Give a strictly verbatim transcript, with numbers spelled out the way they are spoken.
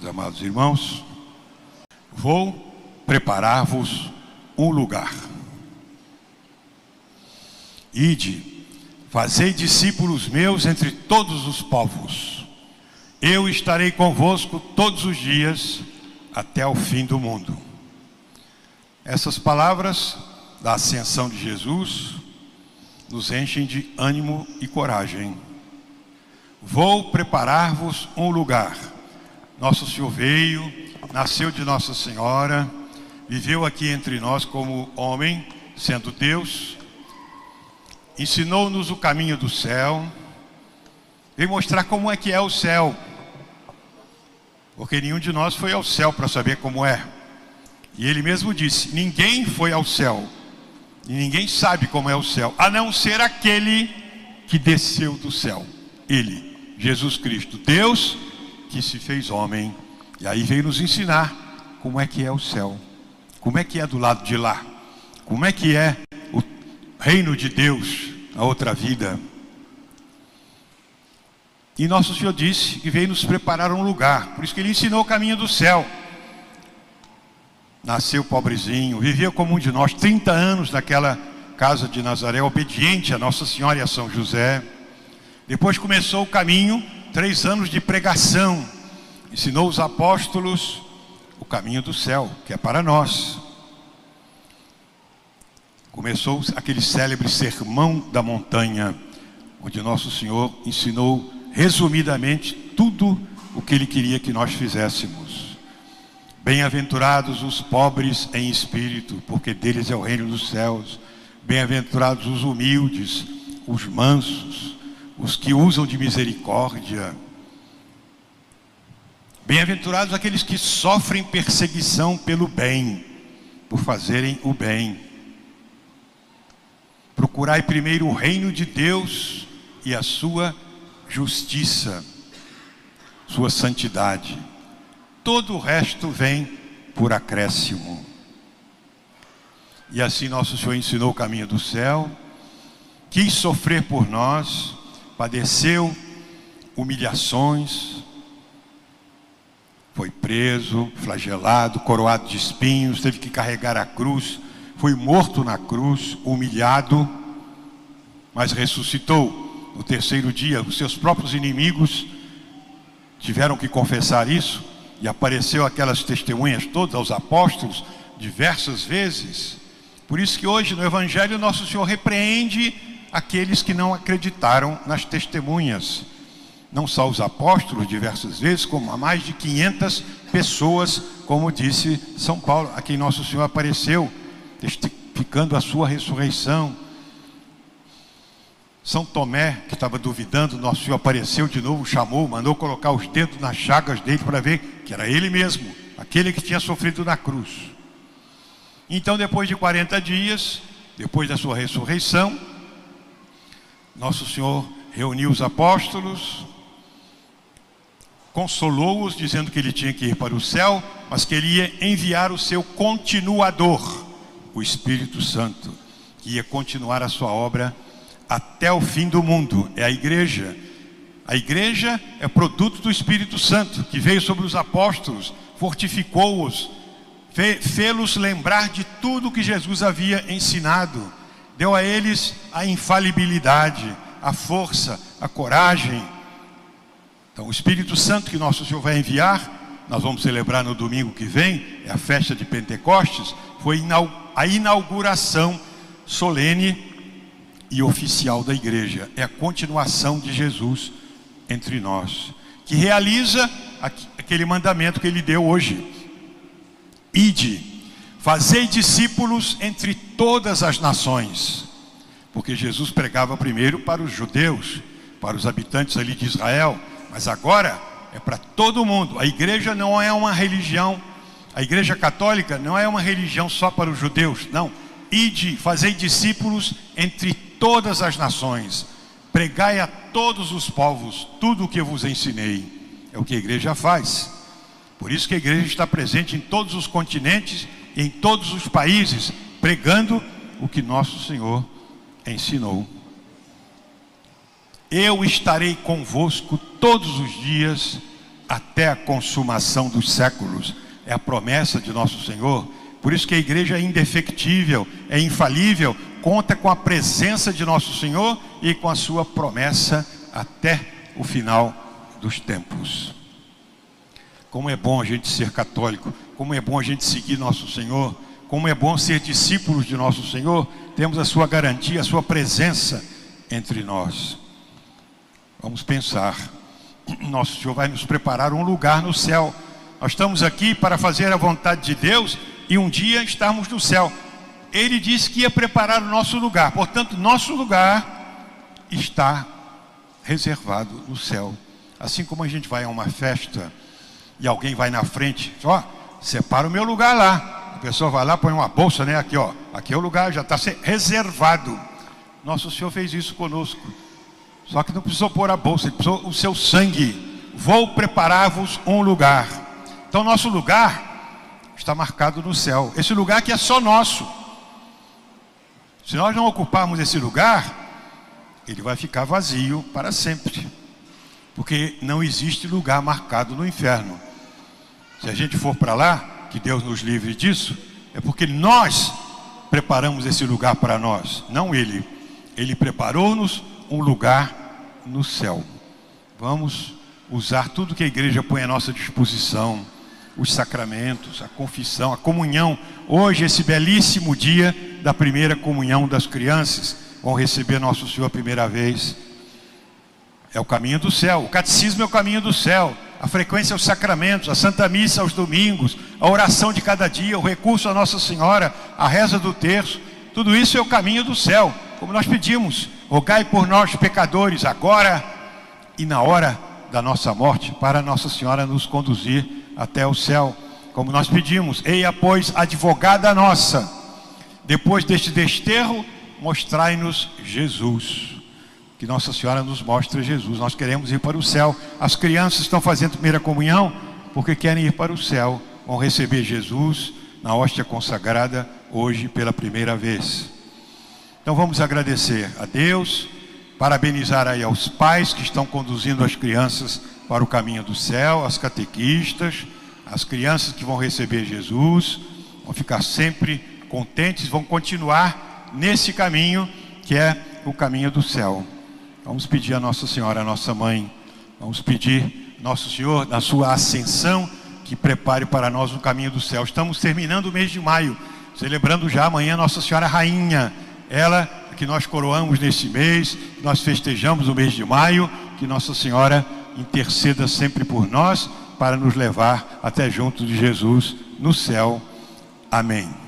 Amados irmãos, vou preparar-vos um lugar. Ide, fazei discípulos meus entre todos os povos. Eu estarei convosco todos os dias até o fim do mundo. Essas palavras da ascensão de Jesus nos enchem de ânimo e coragem. Vou preparar-vos um lugar. Nosso Senhor veio, nasceu de Nossa Senhora, viveu aqui entre nós como homem, sendo Deus, ensinou-nos o caminho do céu, veio mostrar como é que é o céu, porque nenhum de nós foi ao céu para saber como é. E ele mesmo disse, ninguém foi ao céu, e ninguém sabe como é o céu, a não ser aquele que desceu do céu, ele, Jesus Cristo, Deus que se fez homem, e aí veio nos ensinar como é que é o céu, como é que é do lado de lá, como é que é o reino de Deus, a outra vida. E Nosso Senhor disse que veio nos preparar um lugar, por isso que Ele ensinou o caminho do céu. Nasceu pobrezinho, viveu como um de nós, trinta anos naquela casa de Nazaré, obediente a Nossa Senhora e a São José. Depois começou o caminho, três anos de pregação, ensinou os apóstolos o caminho do céu, que é para nós. Começou aquele célebre sermão da montanha, onde Nosso Senhor ensinou resumidamente tudo o que Ele queria que nós fizéssemos. Bem-aventurados os pobres em espírito, porque deles é o reino dos céus. Bem-aventurados os humildes, os mansos, os que usam de misericórdia. Bem-aventurados aqueles que sofrem perseguição pelo bem, por fazerem o bem. Procurai primeiro o reino de Deus e a sua justiça, sua santidade. Todo o resto vem por acréscimo. E assim Nosso Senhor ensinou o caminho do céu, quis sofrer por nós, padeceu humilhações, foi preso, flagelado, coroado de espinhos, teve que carregar a cruz, foi morto na cruz, humilhado, mas ressuscitou no terceiro dia. Os seus próprios inimigos tiveram que confessar isso, e apareceu aquelas testemunhas todas aos apóstolos diversas vezes. Por isso que hoje no Evangelho Nosso Senhor repreende aqueles que não acreditaram nas testemunhas. Não só os apóstolos diversas vezes, como a mais de quinhentas pessoas, como disse São Paulo, a quem Nosso Senhor apareceu, testificando a sua ressurreição. São Tomé, que estava duvidando, Nosso Senhor apareceu de novo, chamou, mandou colocar os dedos nas chagas dele para ver que era ele mesmo, aquele que tinha sofrido na cruz. Então, depois de quarenta dias, depois da sua ressurreição, Nosso Senhor reuniu os apóstolos, consolou-os, dizendo que ele tinha que ir para o céu, mas que ele ia enviar o seu continuador, o Espírito Santo, que ia continuar a sua obra até o fim do mundo. É a igreja. A igreja é produto do Espírito Santo, que veio sobre os apóstolos, fortificou-os, fê-los lembrar de tudo que Jesus havia ensinado, deu a eles a infalibilidade, a força, a coragem. Então o Espírito Santo que Nosso Senhor vai enviar, nós vamos celebrar no domingo que vem, é a festa de Pentecostes, foi a inauguração solene e oficial da igreja. É a continuação de Jesus entre nós, que realiza aquele mandamento que Ele deu hoje. Ide, fazei discípulos entre todas as nações, porque Jesus pregava primeiro para os judeus, para os habitantes ali de Israel, mas agora é para todo mundo. A igreja não é uma religião, a igreja católica não é uma religião só para os judeus, não. Ide, fazei discípulos entre todas as nações, pregai a todos os povos tudo o que eu vos ensinei. É o que a igreja faz. Por isso que a igreja está presente em todos os continentes e em todos os países, pregando o que Nosso Senhor ensinou. Eu estarei convosco todos os dias até a consumação dos séculos. É a promessa de nosso Senhor. Por isso que a igreja é indefectível, é infalível, conta com a presença de nosso Senhor e com a sua promessa até o final dos tempos. Como é bom a gente ser católico, como é bom a gente seguir nosso Senhor, como é bom ser discípulos de nosso Senhor, temos a sua garantia, a sua presença entre nós. Vamos pensar, nosso Senhor vai nos preparar um lugar no céu. Nós estamos aqui para fazer a vontade de Deus e um dia estarmos no céu. Ele disse que ia preparar o nosso lugar, portanto, nosso lugar está reservado no céu. Assim como a gente vai a uma festa e alguém vai na frente, ó, separa o meu lugar lá. A pessoa vai lá, põe uma bolsa, né? Aqui, ó, aqui é o lugar, já está reservado. Nosso Senhor fez isso conosco. Só que não precisou pôr a bolsa, ele precisou o seu sangue. Vou preparar-vos um lugar. Então nosso lugar está marcado no céu. Esse lugar que é só nosso. Se nós não ocuparmos esse lugar, ele vai ficar vazio para sempre. Porque não existe lugar marcado no inferno. Se a gente for para lá, que Deus nos livre disso, é porque nós preparamos esse lugar para nós, não Ele. Ele preparou-nos um lugar no céu. Vamos usar tudo que a igreja põe à nossa disposição, os sacramentos, a confissão, a comunhão. Hoje, esse belíssimo dia da primeira comunhão das crianças, vão receber nosso Senhor a primeira vez. É o caminho do céu, o catecismo é o caminho do céu, a frequência aos sacramentos, a Santa Missa aos domingos, a oração de cada dia, o recurso à Nossa Senhora, a reza do terço, tudo isso é o caminho do céu, como nós pedimos, rogai por nós pecadores, agora e na hora da nossa morte, para Nossa Senhora nos conduzir até o céu, como nós pedimos, eia pois advogada nossa, depois deste desterro, mostrai-nos Jesus. Que Nossa Senhora nos mostre Jesus. Nós queremos ir para o céu. As crianças estão fazendo primeira comunhão porque querem ir para o céu. Vão receber Jesus na hóstia consagrada hoje pela primeira vez. Então vamos agradecer a Deus, parabenizar aí aos pais que estão conduzindo as crianças para o caminho do céu, as catequistas, as crianças que vão receber Jesus, vão ficar sempre contentes, vão continuar nesse caminho que é o caminho do céu. Vamos pedir a Nossa Senhora, a nossa mãe, vamos pedir Nosso Senhor, na sua ascensão, que prepare para nós o caminho do céu. Estamos terminando o mês de maio, celebrando já amanhã Nossa Senhora Rainha, ela que nós coroamos nesse mês, nós festejamos o mês de maio, que Nossa Senhora interceda sempre por nós, para nos levar até junto de Jesus no céu. Amém.